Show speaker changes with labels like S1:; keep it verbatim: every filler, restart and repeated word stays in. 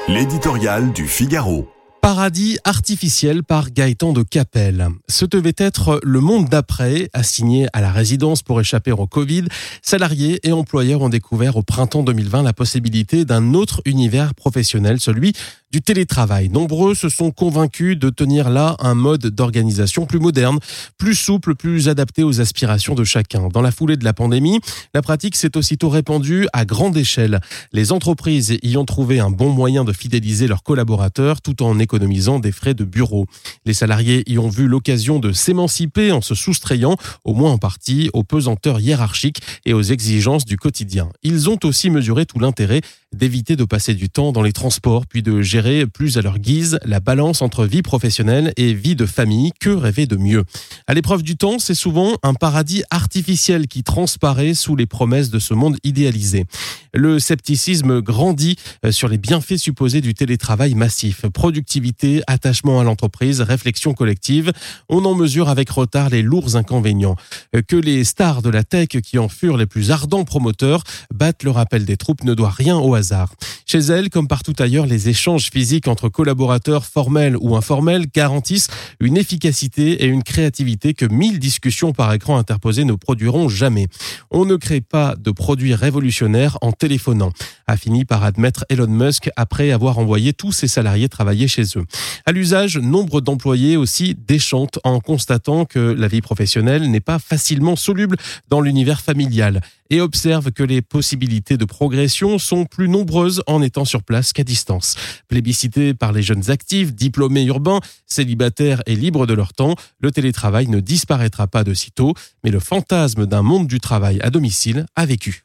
S1: L'éditorial du Figaro.
S2: Paradis artificiel par Gaëtan de Capelle. Ce devait être le monde d'après, assigné à la résidence pour échapper au Covid. Salariés et employeurs ont découvert au printemps deux mille vingt la possibilité d'un autre univers professionnel, celui du télétravail. Nombreux se sont convaincus de tenir là un mode d'organisation plus moderne, plus souple, plus adapté aux aspirations de chacun. Dans la foulée de la pandémie, la pratique s'est aussitôt répandue à grande échelle. Les entreprises y ont trouvé un bon moyen de fidéliser leurs collaborateurs tout en économisant des frais de bureau. Les salariés y ont vu l'occasion de s'émanciper en se soustrayant, au moins en partie, aux pesanteurs hiérarchiques et aux exigences du quotidien. Ils ont aussi mesuré tout l'intérêt d'éviter de passer du temps dans les transports, puis de gérer plus à leur guise la balance entre vie professionnelle et vie de famille. Que rêver de mieux? À l'épreuve du temps, c'est souvent un paradis artificiel qui transparaît sous les promesses de ce monde idéalisé. Le scepticisme grandit sur les bienfaits supposés du télétravail massif. Productivité, attachement à l'entreprise, réflexion collective. On en mesure avec retard les lourds inconvénients. Que les stars de la tech qui en furent les plus ardents promoteurs battent le rappel des troupes ne doit rien au hasard. Chez elles, comme partout ailleurs, les échanges physiques entre collaborateurs formels ou informels garantissent une efficacité et une créativité que mille discussions par écran interposé ne produiront jamais. On ne crée pas de produits révolutionnaires en téléphonant, a fini par admettre Elon Musk après avoir envoyé tous ses salariés travailler chez eux. À l'usage, nombre d'employés aussi déchantent en constatant que la vie professionnelle n'est pas facilement soluble dans l'univers familial et observent que les possibilités de progression sont plus nombreuses en étant sur place qu'à distance. Plébiscité par les jeunes actifs, diplômés urbains, célibataires et libres de leur temps, le télétravail ne disparaîtra pas de sitôt, mais le fantasme d'un monde du travail à domicile a vécu.